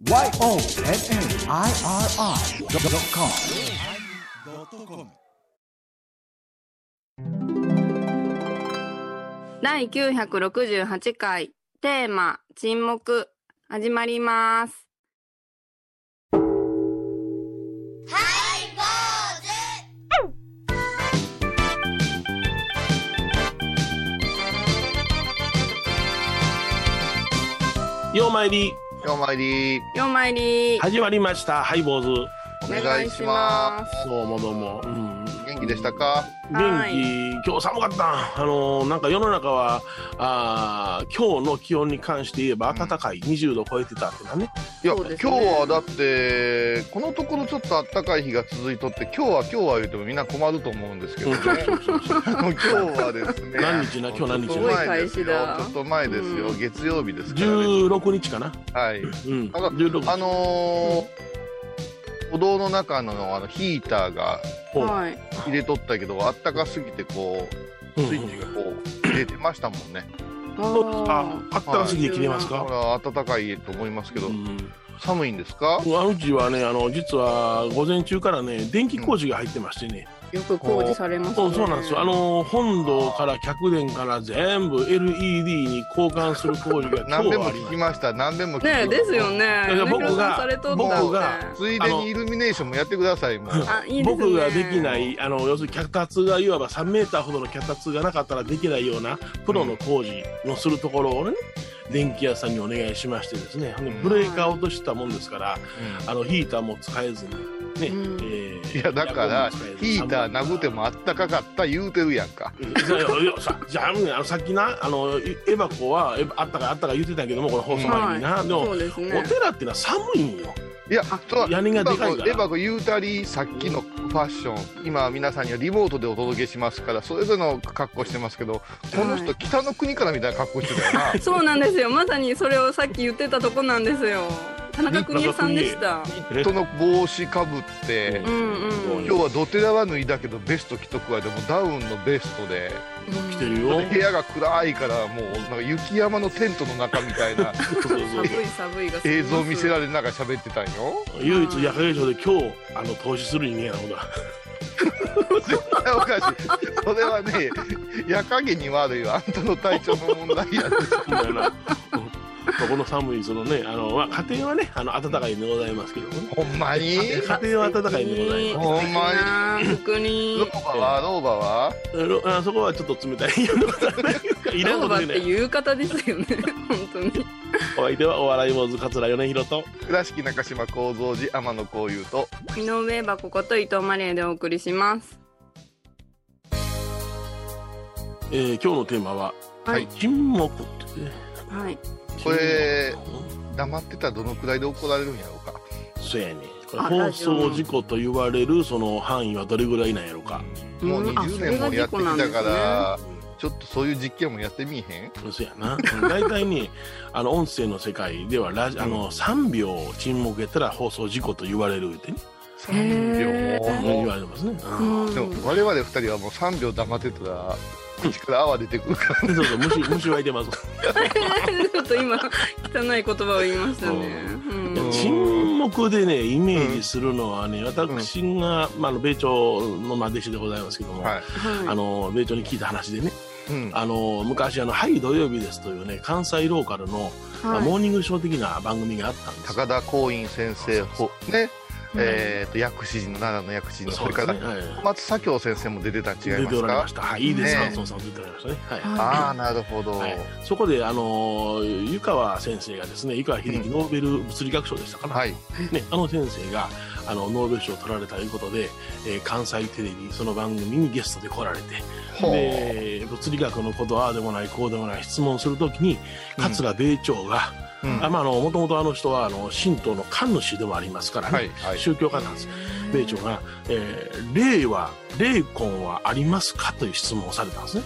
YONNIRI.com 第968回テーマ沈黙始まります。 ようまいりようまいりようまいり始まりました。ハイボーズお願いします。 どうもどうも、 元気でしたか？ 元気。今日寒かった。なんか世の中は今日の気温に関して言えば暖かい、20度超えてたってね。 いや、今日はだってこのところちょっと暖かい日が続いとって、今日は言うてもみんな困ると思うんですけどね。今日はですね、 何日な、今日何日すごい開始だ。 ちょっと前ですよ、月曜日ですからね。 16日かな。 はい、 16日。 歩道の中のヒーターが入れとったけど、あったかすぎてこうスイッチがこう入れてましたもんね。 あったかすぎて切れますか？ 暖かいと思いますけど、寒いんですか？ うちはね、実は午前中からね電気工事が入ってましてね、 よく工事されますね。 そうなんですよ。本堂から客殿から全部 LED に交換する工事が今日はあり聞きました。何遍も聞きましたね。ですよね。 僕がついでにイルミネーションもやってください。もういいですね。 僕ができない要するに脚立がいわば3メーターほどの脚立がなかったらできないようなプロの工事のするところをね、電気屋さんにお願いしましてですね、ブレーカー落としたもんですから、ヒーターも使えずにね、 いやだからヒーターなくてもあったかかった言うてるやんか。 じゃあさっきなエバコはあったか言うてたけども、この放送前にな、でもお寺っていうのは寒いんよ。 いや、 屋根がでかいから。 エバコ言うたり、さっきのファッション、今皆さんにはリモートでお届けしますから、それぞれの格好してますけど、この人北の国からみたいな格好してたよな。 そうなんですよ。まさにそれをさっき言ってたとこなんですよ。田中邦衛さんでした。 その帽子かぶって、今日はドテラは脱いだけどベスト着とくわ。でもダウンのベストで着てるよ。 部屋が暗いからもうなんか雪山のテントの中みたいな寒いが映像見せられながら喋ってたんよ。 唯一夜影城で今日投資する人間なのだ。 絶対おかしい。それはね、夜影に悪いよ。あんたの体調の問題やで。 この寒いそのね、家庭はね暖かいんでございますけどもね。 ほんまに家庭は暖かいんでございます。 ほんまに。 特にローバはそこはちょっと冷たいようなことはない。 ローバっていう方ですよね。本当に。 お相手はお笑い坊主桂米宏と倉敷中島幸三寺天野幸雄と井上箱こと伊藤マリエでお送りします。 今日のテーマは、沈黙ってね。 はい。 これ黙ってたらどのくらいで怒られるんやろうか。 そうやね。これ放送事故と言われるその範囲はどれぐらいなんやろうか。 もう20年もやってきたから、ちょっとそういう実験もやってみへん？ そうやな。大体ね音声の世界では3秒沈黙やったら放送事故と言われるってね。 3秒言われてますね。 でも我々2人はもう3秒黙ってたら口から泡出てくるから。 そう虫湧いてます。 ちょっと今汚い言葉を言いましたね。 沈黙でねイメージするのはね、私が米朝の弟子でございますけども、米朝に聞いた話でね、昔はい土曜日ですというね関西ローカルのモーニングショー的な番組があったんです。 高田光院先生ね、薬師寺の奈良の薬師寺の、それから小松左京先生も出てたん違いますか？ 出ておられました。はい、いいです。三尊さん出ておられましたね。 ああ、なるほど。 そこで湯川先生がですね、湯川秀樹ノーベル物理学賞でしたかな。ね、先生がノーベル賞を取られたということで、関西テレビその番組にゲストで来られて、で物理学のことああでもないこうでもない質問するときに桂米朝がもともと人は神道の神主でもありますからね、宗教家なんです。米朝が、霊魂はありますかという質問をされたんですね。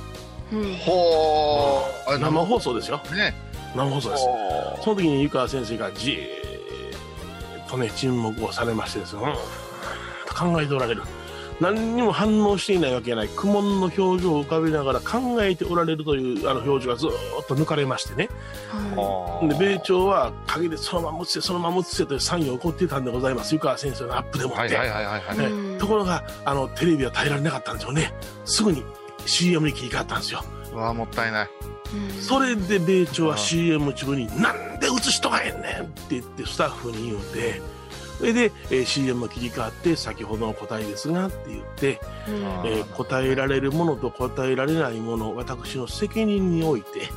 生放送ですよ。生放送です。その時に湯川先生がじーっとね沈黙をされましてですよ、考えておられる。 何にも反応していないわけがない苦悶の表情を浮かべながら考えておられるという表情がずっと抜かれましてね、で米朝は陰でそのまま映せそのまま映せというサインを送っていたんでございます、湯川先生のアップでもって、ところがテレビは耐えられなかったんでしょうね。すぐに CM に切り替わったんですよ。 わあ、もったいない。 それで米朝は CM 中になんで映しとかへんねんって言ってスタッフに言うて、それで、CM 切り替わって先ほどの答えですがって言って、答えられるものと答えられないもの、私の責任において、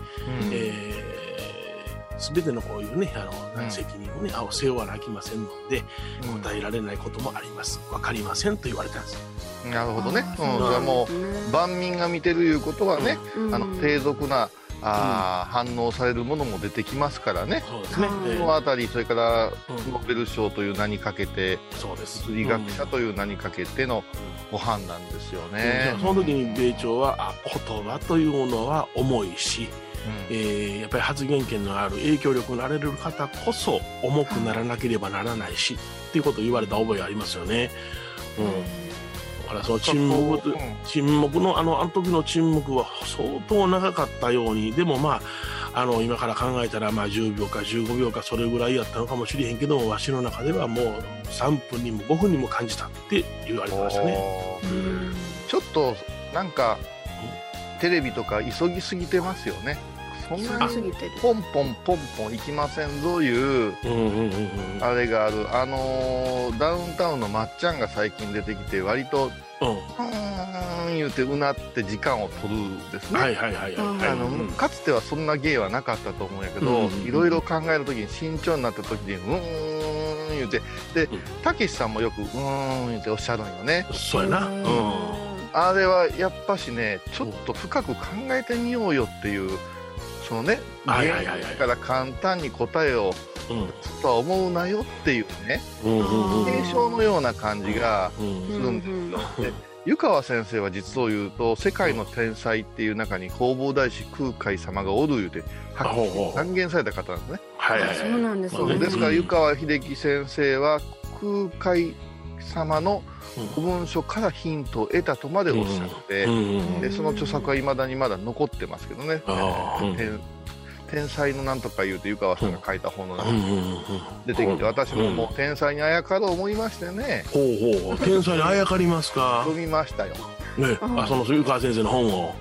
全てのこういうね責任をね背負わなきませんので、答えられないこともあります、分かりませんと言われたんです。 なるほどね。それはもう万民が見てるいうことはね、低俗な反応されるものも出てきますからね。 そうですね。 そのあたり、それからノーベル賞という名にかけて、物理学者という名にかけてのご判断ですよね。 その時に米朝は言葉というものは重いし、やっぱり発言権のある影響力のあられる方こそ重くならなければならないしっていうことを言われた覚えがありますよね。だからその沈黙のあの時の沈黙は相当長かったように、でも今から考えたら10秒か15秒かそれぐらいやったのかもしれへんけども、わしの中ではもう3分にも5分にも感じたって言われてましたね。 ちょっとなんかテレビとか急ぎすぎてますよね。そんなにポンポンポンポンいきませんぞいうあれがある。ダウンタウンのまっちゃんが最近出てきて割と言うてうなって時間を取るですね。かつてはそんな芸はなかったと思うんやけど、いろいろ考える時に慎重になった時に言うて、でたけしさんもよく言うておっしゃるんよね。 そうやな。 あれはやっぱしね、ちょっと深く考えてみようよっていう、そのね、から簡単に答えをとは思うなよっていうね、継承のような感じがするんですよ。で湯川先生は実を言うと、世界の天才っていう中に弘法大師空海様がおる言うてはっきり断言された方なんですね。 そうなんですね。 ですから湯川秀樹先生は空海様の古文書からヒントを得たとまでおっしゃって、でその著作はいまだにまだ残ってますけどね。天才のなんとか言うて湯川さんが書いた本の中に出てきて、私ももう天才にあやかろう思いましてね。 天才にあやかりますか。 読みましたよ。 その湯川先生の本を。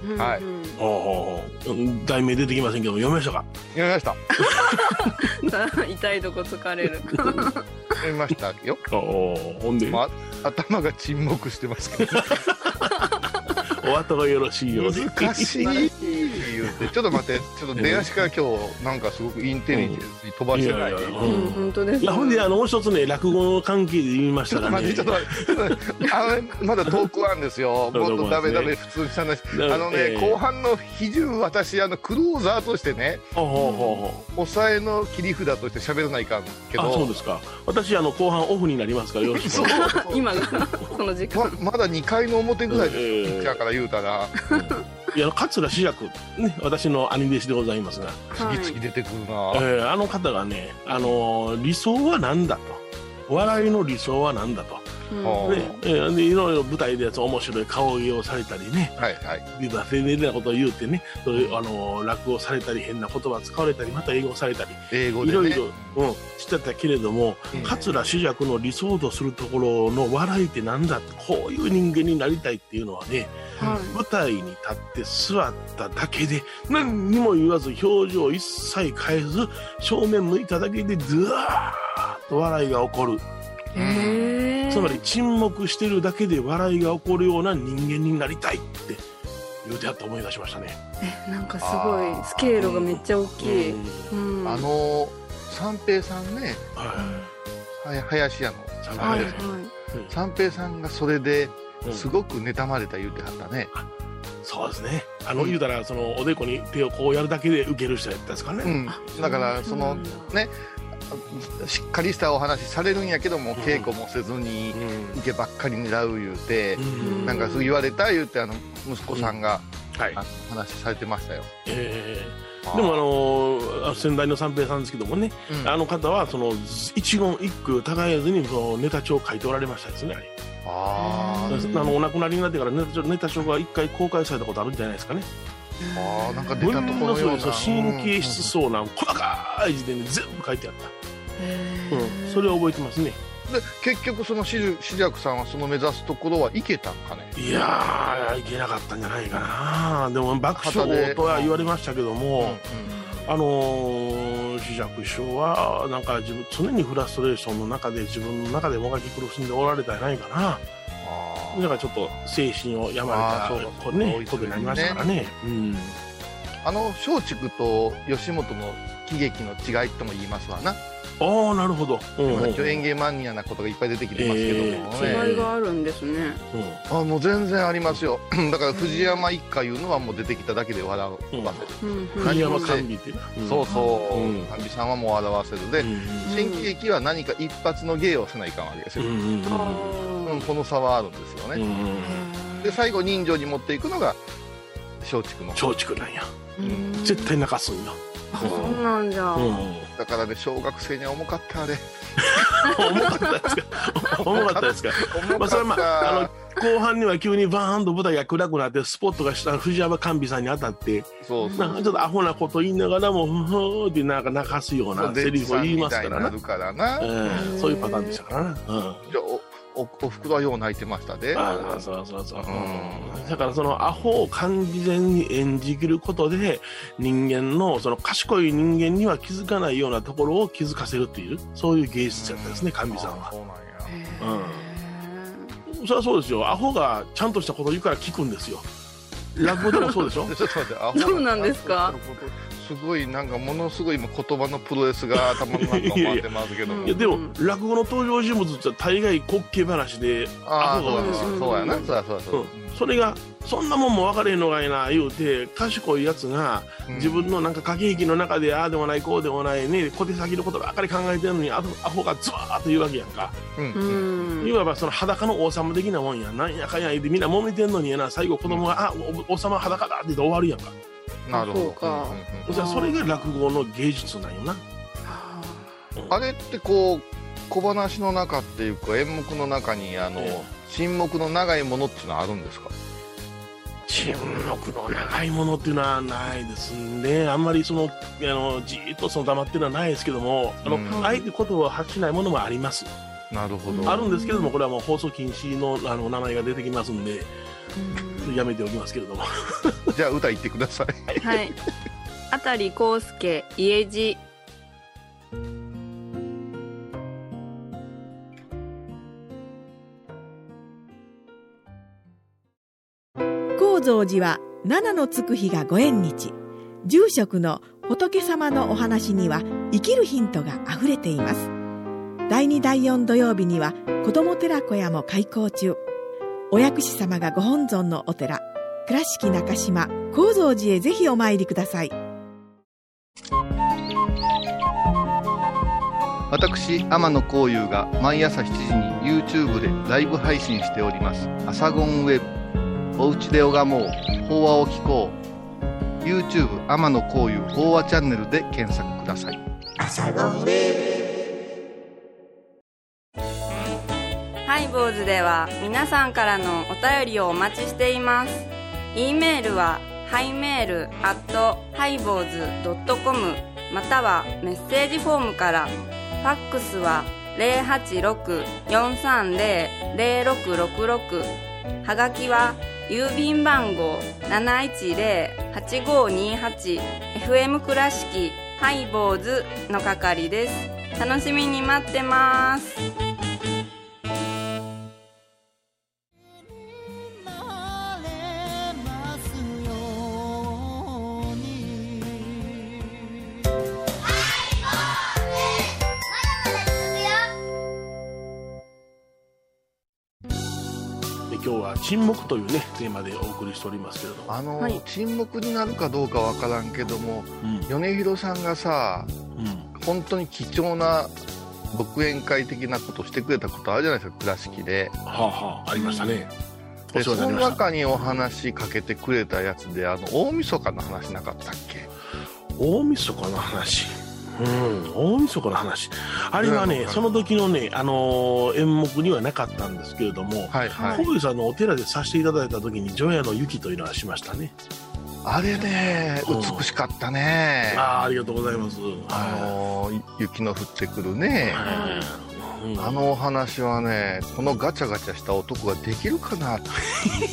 題名出てきませんけども、読みましたか。 読みました。 痛いとこ疲れる。 読みましたよ。 ほんで頭が沈黙してますけど。 お後がよろしいようで。 難しい言うて、ちょっと待って、ちょっと出足から今日なんかすごくインテリジェンスに飛ばしてない。 本当です。 いや、ほんでもう一つね、落語の関係で言いましたらね。 ちょっと待ってまだトークワンですよ。もっとダメ普通にした話。後半の比重、私クローザーとしてね、抑えの切り札として喋らないかんけど。 そうですか。私後半オフになりますからよろしく。 今がその時間。 まだ2回の表ぐらいです。ピッチャーから言うたら。 いや、桂枝雀ね、私の兄弟子でございますが、 次々出てくるな。 あの方がね、理想は何だと、笑いの理想は何だと、でいろいろ舞台で面白い顔芸をされたりね、丁寧なことを言うてね、落語されたり変な言葉を使われたり、また英語されたり、いろいろしてたけれども、桂枝雀の理想とするところの笑いって何だ、こういう人間になりたいっていうのはね、舞台に立って座っただけで何にも言わず表情一切変えず正面向いただけでずわーっと笑いが起こる。つまり沈黙してるだけで笑いが起こるような人間になりたいって言うてやって思い出しましたね。 なんかすごいスケールがめっちゃ大きい。 三平さんね、林家の三平さんがそれですごく妬まれた言うてはったね。 そうですね。言うたらおでこに手をこうやるだけで受ける人やったんですかね。 だからね、しっかりしたお話されるんやけども、稽古もせずに受けばっかり狙う言うて、なんかそう言われた言うて息子さんが話されてましたよ。 でも先代の三平さんですけどもね、あの方はその一言一句たがえずにそのネタ帳を書いておられましたですね。お亡くなりになってからネタ帳が一回公開されたことあるんじゃないですかね。 なんか出たところのような神経質そうな細かい字で、ね、全部書いてあった。それを覚えてますね。 で結局その志らくさんはその目指すところは行けたんかね。 いやー行けなかったんじゃないかな。でも爆笑とは言われましたけども、志らく師匠はなんか常にフラストレーションの中で自分の中でもがき苦しんでおられたんじゃないかな。だからちょっと精神を病まれたことになりましたからね。 松竹と吉本の喜劇の違いとも言いますわな。 なるほど。 演芸マニアなことがいっぱい出てきてますけどもね。違いがあるんですね。 もう全然ありますよ。だから藤山一家いうのはもう出てきただけで笑わせる。 藤山甘美ってそう甘美さんはもう笑わせるで、新喜劇は何か一発の芸をせないかんわけですよ。この差はあるんですよね。で最後人情に持っていくのが松竹の。 松竹なんや。絶対泣かすんよ。 そうなんじゃ。 だからね、小学生には重かったあれ。 重かったですか。重かったですか。それは後半には急にバーンと舞台が暗くなってスポットが藤山甘美さんに当たってなんかちょっとアホなこと言いながらもふーってなんか泣かすようなセリフを言いますからな。そういうパターンでしたからな。 おふくろはよう泣いてましたで。 そうだからそのアホを完全に演じきることで人間のその賢い人間には気づかないようなところを気づかせるっていうそういう芸術だったですね、甘美さんは。それはそうですよ。アホがちゃんとしたこと言うから聞くんですよ。落語でもそうでしょ。 ちょっと待って、アホそうなんですか。 すごいなんかものすごい今言葉のプロレスが頭の中を回ってますけども。 いやでも落語の登場人物って大概滑稽話でアホがですよ。 そうやな。 それがそんなもんも分かれへんのがいな言うて賢いやつが自分のなんか駆け引きの中でああでもないこうでもないね小手先のことばっかり考えてるのにアホがズバーッと言うわけやんか。いわばその裸の王様的なもんや。なんやかんや言ってみんな揉めてんのにやな、最後子供が王様裸だって言って終わるやんか。 なるほど。じゃあそれが落語の芸術なんよな。 あれってこう小話の中っていうか演目の中に沈黙の長いものっていうのはあるんですか？ 沈黙の長いものっていうのはないですね。あんまりそのじーっとその黙ってるのはないですけども、あえて言葉を発しないものもあります。 なるほど。 あるんですけども、これはもう放送禁止の名前が出てきますんでやめておきますけれども。 じゃあ歌言ってください。 はい。辺康介家路。 高蔵寺は七のつく日がご縁日。住職の仏様のお話には生きるヒントがあふれています。第2第4土曜日には子ども寺小屋も開校中。お薬師様がご本尊のお寺、倉敷中島・高蔵寺へぜひお参りください。 私天野幸雄が毎朝7時に YouTube でライブ配信しておりますアサゴンウェブ。おうちで拝もう法話を聞こう。 YouTube 天野幸雄法話チャンネルで検索ください。アサゴンウェブ。 ハイボーズでは皆さんからのお便りをお待ちしています。 E メールはハイメール@highboz.com またはメッセージフォームから。ファックスは 086-430-0666。 はがきは郵便番号 710-8528 FM 倉敷ハイボーズの係です。楽しみに待ってます。 今日は沈黙というねテーマでお送りしておりますけれども、 沈黙になるかどうかわからんけども、米広さんがさ、本当に貴重な独演会的なことをしてくれたことあるじゃないですか、倉敷で。 ありましたね。 でその中にお話しかけてくれたやつで大晦日の話なかったっけ？ 大晦日の話。大晦日の話。あれはね、その時のね、演目にはなかったんですけれども、小堀さんのお寺でさせていただいた時に除夜の雪というのはしましたね。 あれね、美しかったね。 ありがとうございます。 雪の降ってくるね。あのお話はね、このガチャガチャした男ができるかなって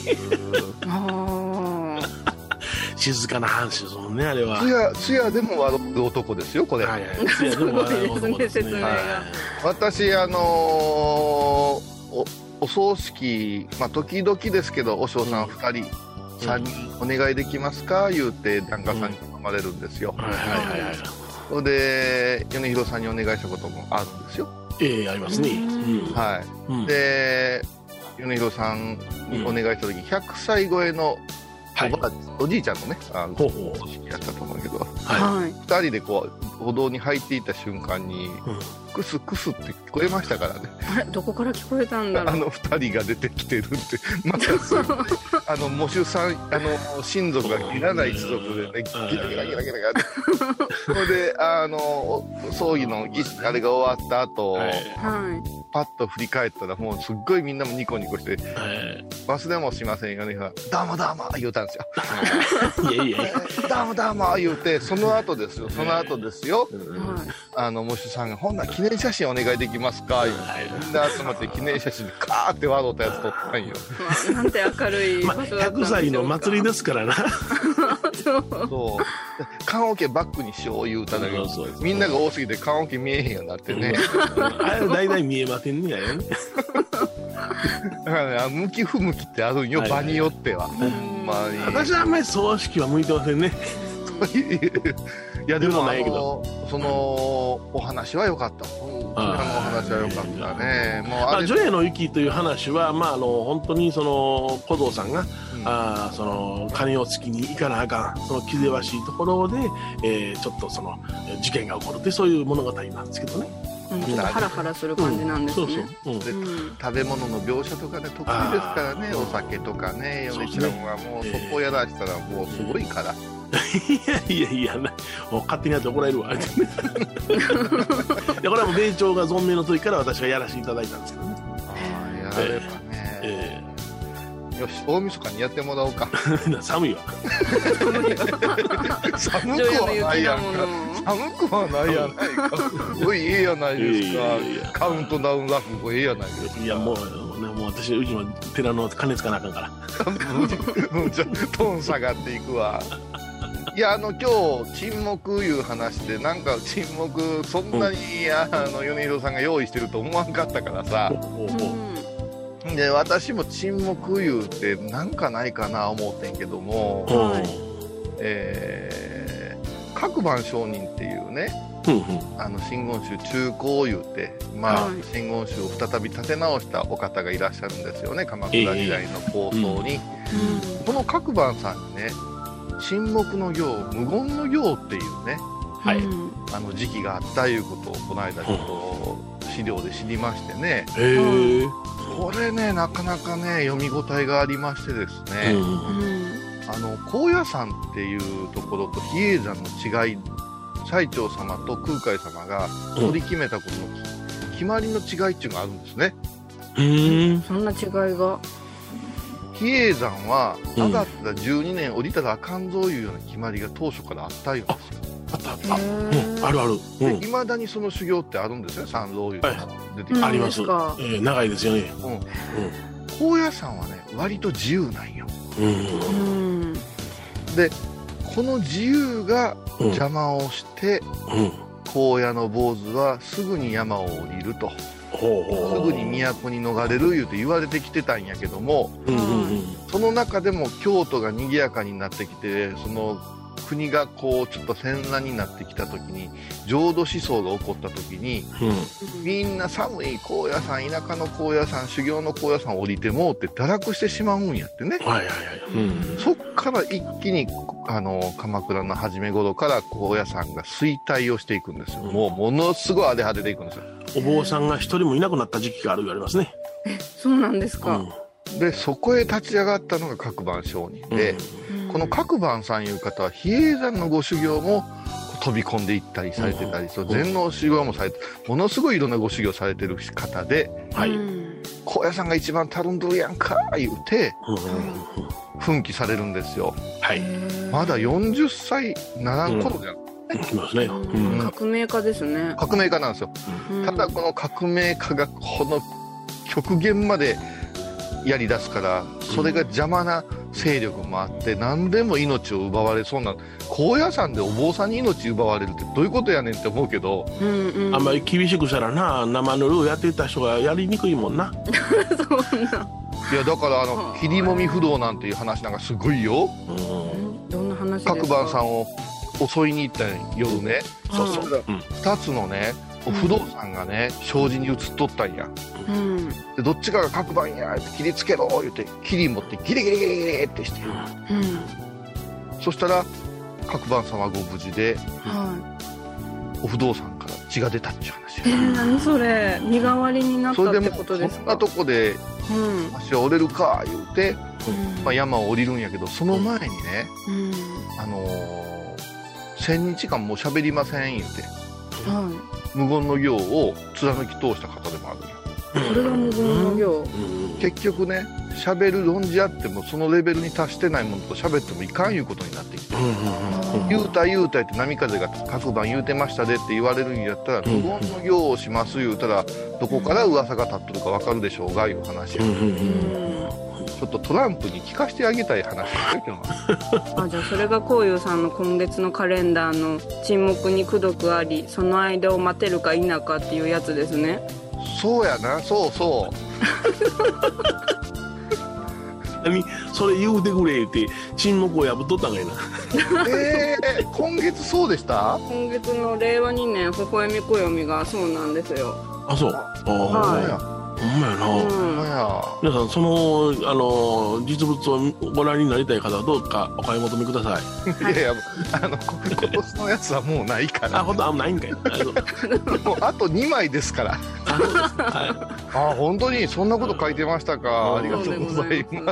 静かな話ですもんね、あれは。 つやでも笑う男ですよ、これ。 つやでも笑う男ですね。 私、お葬式、時々ですけど、お嬢さん2人、3人お願いできますか言うて、檀家さんに頼まれるんですよ。それで、米広さんにお願いしたこともあるんですよ。 ありますね。 はい。で、米広さんにお願いした時、100歳超えのおじいちゃんのね、お式やったと思うけど、2人でこう歩道に入っていった瞬間に、クスクスって聞こえましたからね。 あれ、どこから聞こえたんだろう。 2人が出てきてるって、また喪主さん、親族がいらない一族でね、ギラギラギラギラギラって。それで、葬儀の儀式、あれが終わった後、パッと振り返ったら、もうすっごいみんなもニコニコして、忘れもしませんよね。どうもどうも言うたんですよ。 いやいやどうもどうも言うて、その後ですよ。喪主さんが、ほんなら記念写真お願いできますかみんな集まって記念写真でカーって笑ったやつ撮ったんよ。 なんて明るい場所だったんでしょうか。 100歳の祭りですからな。 そう。棺桶バックにしよう言うたんだけど、みんなが多すぎて棺桶見えへんようになってね。 あれ大体見えませんねやね。 だからね、向き不向きってあるんよ、場によっては。ほんまに。 私はあんまり葬式は向いてませんね。 いやでもそのお話は良かった。お話は良かったね。 除夜の雪という話は、本当に小僧さんが、金をつきに行かなあかん、その気ぜわしいところで、ちょっと事件が起こるって、そういう物語なんですけどね。 ちょっとハラハラする感じなんですね。 食べ物の描写とかね、得意ですからね。お酒とかね、米ちゃんはもうそこやらしたらもうすごいから。 いやもう勝手にやって怒られるわ。これはもう米朝が存命の時から私がやらせていただいたんですけどね。 やればね。よし、大晦日にやってもらおうか。 寒いわ。 寒くはないやんか。寒くはないやないか。すごいええやないですか。カウントダウン落語ええやないですか。 いやもう私うちの寺の金つかなあかんから。 じゃトーン下がっていくわ。いや今日沈黙いう話で、なんか沈黙そんなに米広さんが用意してると思わんかったからさ。で私も沈黙言うてなんかないかな思ってんけども、各番上人っていうね、真言宗中興言うて、真言宗を再び立て直したお方がいらっしゃるんですよね、鎌倉時代の構想に。この各番さんにね、沈黙の行、無言の行っていうね、時期があったいうことをこの間ちょっと資料で知りましてね。これね、なかなかね、読み応えがありましてですね、高野山っていうところと比叡山の違い、最澄様と空海様が取り決めたことの決まりの違いっていうのがあるんですね。 そんな違いが。 比叡山は上がったら12年降りたらあかんぞいうような決まりが当初からあったんですよ。 あるある。 いまだにその修行ってあるんですね、三蔵いうのが出てきて。 あります。長いですよね。 高野山はね、割と自由なんよ。で、この自由が邪魔をして、高野の坊主はすぐに山を降りると。すぐに都に逃れる言うて言われてきてたんやけども、その中でも京都が賑やかになってきて、その国がこうちょっと戦乱になってきた時に、浄土思想が起こった時に、みんな寒い高野山、田舎の高野山、修行の高野山降りてもって堕落してしまうんやってね。そっから一気に鎌倉の初め頃から高野山が衰退をしていくんですよ。もうものすごい荒れ果てていくんですよ。 お坊さんが一人もいなくなった時期がある言われますね。 そうなんですか。 でそこへ立ち上がったのが各番上人で、この各番さんいう方は比叡山のご修行も飛び込んでいったりされてたり、禅の修行もされて、ものすごいいろんなご修行されてる方で、高野山が一番たるんどるやんか言うて、奮起されるんですよ。まだ40歳ならん頃じゃん。 革命家ですね。 革命家なんですよ。ただこの革命家がこの極限までやり出すから、それが邪魔な勢力もあって何でも命を奪われそうな、高野山でお坊さんに命奪われるってどういうことやねんって思うけど、 あんまり厳しくしたらな、生ぬるをやってた人がやりにくいもんな。 そんな。 いやだから切りもみ不動なんていう話なんかすごいよ。 どんな話ですか？ 各番さんを襲いに行った夜ね、2つのね不動産がね障子に映っとったんや。でどっちかが各番やって切りつけろ言って切り持ってギリギリギリギリってして、そしたら各番さんはご無事で、お不動産から血が出たっていう話や。 何それ、身代わりになったってことですか？ そんなとこで足は折れるか言うて、山を降りるんやけど、その前にね、1000日間もう喋りません言うて、無言の行を貫き通した方でもあるんや。 これが無言の行。 結局ね、喋る論じ合ってもそのレベルに達してないものと喋ってもいかんいうことになってきて、言うた言うたって波風が各番言うてましたでって言われるんやったら、無言の行をします言うたらどこから噂が立っとるか分かるでしょうがいう話や。ちょっとトランプに聞かせてあげたい話ですよ今日。 じゃあそれがこういうさんの今月のカレンダーの沈黙に功徳あり、その間を待てるか否かっていうやつですね。 そうやな、そうそうそれ言うてくれって沈黙を破っとったんかいな。 今月そうでした？ 今月の令和2年微笑み暦がそうなんですよ。 あ、そう。ほんまやな。皆さんその実物をご覧になりたい方はどうかお買い求めください。 いやいや今年のやつはもうないから、 ね。ないんかい。 もうあと2枚ですから。本当にそんなこと書いてましたか。ありがとうございます。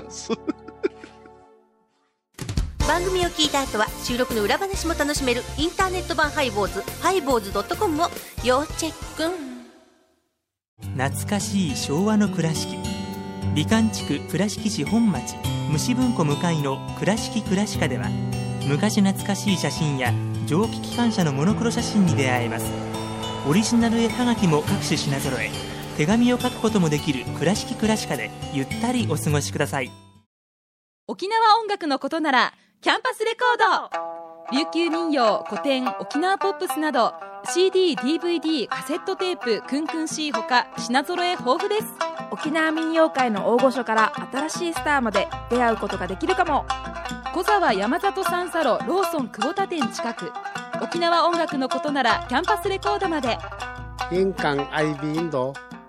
番組を聞いた後は収録の裏話も楽しめるインターネット版ハイボーズ、ハイボーズ.com を要チェック。 懐かしい昭和の倉敷、美観地区倉敷市本町虫文庫向かいの倉敷倉歯科では、昔懐かしい写真や蒸気機関車のモノクロ写真に出会えます。オリジナル絵はがきも各種品揃え、手紙を書くこともできる倉敷倉歯科でゆったりお過ごしください。 沖縄音楽のことならキャンパスレコード、琉球民謡、古典、沖縄ポップスなど CD、DVD、カセットテープ、クンクン C ほか品揃え豊富です。 沖縄民謡界の大御所から新しいスターまで出会うことができるかも。 小沢山里三佐路ローソン久保田店近く。沖縄音楽のことならキャンパスレコードまで。 印港 IB インド。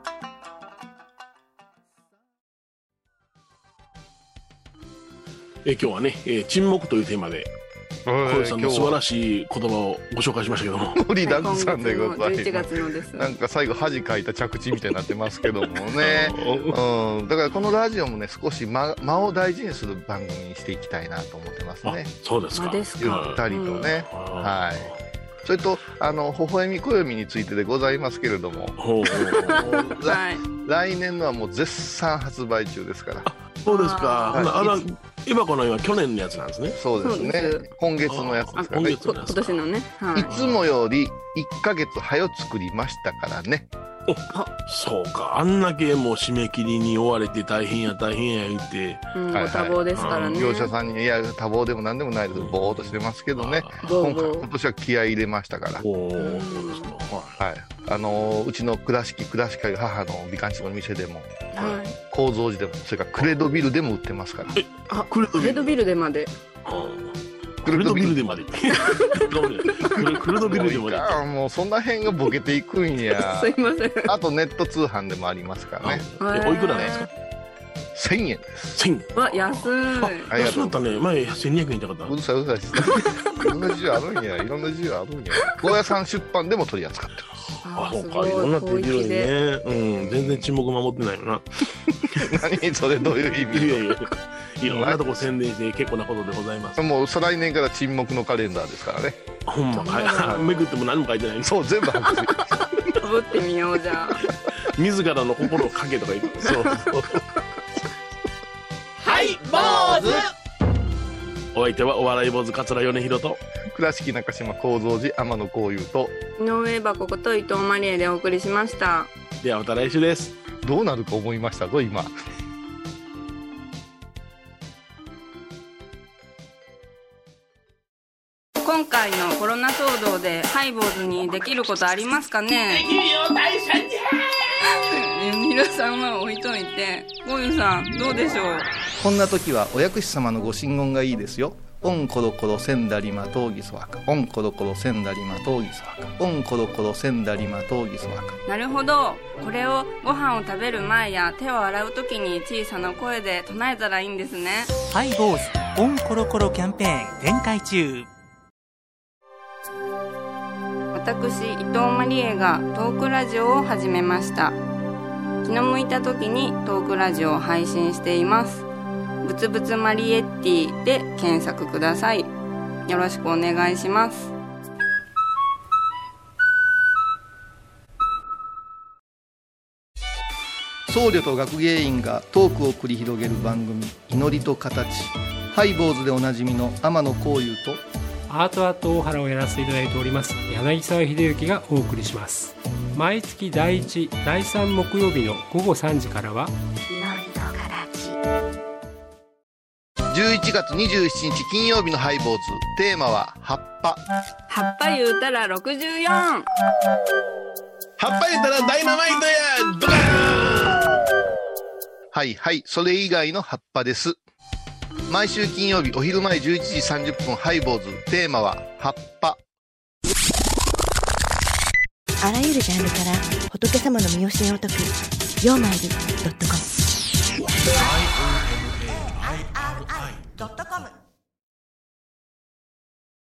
今日はね、沈黙というテーマで小遊さんの素晴らしい言葉をご紹介しましたけども、 盛りだくさんでございます。 11月のです。 なんか最後恥かいた着地みたいになってますけどもね、だからこのラジオもね、少し 間を大事にする番組にしていきたいなと思ってますね。 そうですか。 ゆったりとね、はい。それと微笑み暦についてでございますけれども、来年のはもう絶賛発売中ですから。 そうですか。今この今去年のやつなんですね。 そうですね。今月のやつですからね。 今年のね。 いつもより1ヶ月早作りましたからね。 そうか。あんだけもう締め切りに追われて大変や言って、 多忙ですからね。 業者さんに、いや多忙でも何でもないです、ぼーっとしてますけどね。今年は気合い入れましたから。うちの倉敷会母の美観地の店でも、構造寺でも、それからクレドビルでも売ってますから。 クレドビルでまで。 クルドビルでまで。クルドビルでまで。 もうそんな辺がボケていくんや。 すいません。 あとネット通販でもありますからね。 おいくらなんですか？ 1000円です。 1000円。 わ、安い。 ありがとう。 だったね。前1200円言ったかった。 うるさい。いろんな事情あるんや。高野山出版でも取り扱ってます。 あ、そうか。いろんな手広いね。全然沈黙守ってないよな。 何それ、どういう意味？ いろんなとこ宣伝して結構なことでございます。 もう再来年から沈黙のカレンダーですからね。 ほんまかい。めくっても何も書いてない。 そう、全部白紙。 かぶってみようじゃあ。 自らの心をかけとか言って。そう。 はい坊主。 お相手はお笑い坊主桂米宏と倉敷中島幸三寺天野幸雄と井上箱こと伊藤マリエでお送りしました。 ではまた来週です。 どうなるか思いましたぞ今。 今回のコロナ騒動でハイボーズにできることありますかね？ できるよ大社じゃ皆さんは置いといて、ゴユさんどうでしょう？ こんな時はお薬師様のご神言がいいですよ。オンコロコロセンダリマトウギソワカ、オンコロコロセンダリマトウギソワカ、オンコロコロセンダリマトウギソワカ。 なるほど。これをご飯を食べる前や手を洗う時に小さな声で唱えたらいいんですね。 ハイボーズオンコロコロキャンペーン展開中。 私伊藤マリエがトークラジオを始めました。気の向いた時にトークラジオを配信しています。ぶつぶつマリエッティで検索ください。よろしくお願いします。 僧侶と学芸員がトークを繰り広げる番組、祈りと形。ハイボーズでおなじみの天野幸雄とアートアート大原をやらせていただいております柳沢秀幸がお送りします。毎月第1、第3木曜日の午後3時からは 11月27日金曜日のハイボーズ、テーマは葉っぱ。 葉っぱ言うたら64。 葉っぱ言うたらダイナマイトやドカーン。 はいはい、それ以外の葉っぱです。毎週金曜日お昼前11時30分ハイボーズ、テーマは葉っぱ。 あらゆるジャンルから仏様の身教えを解く曜マイル.com。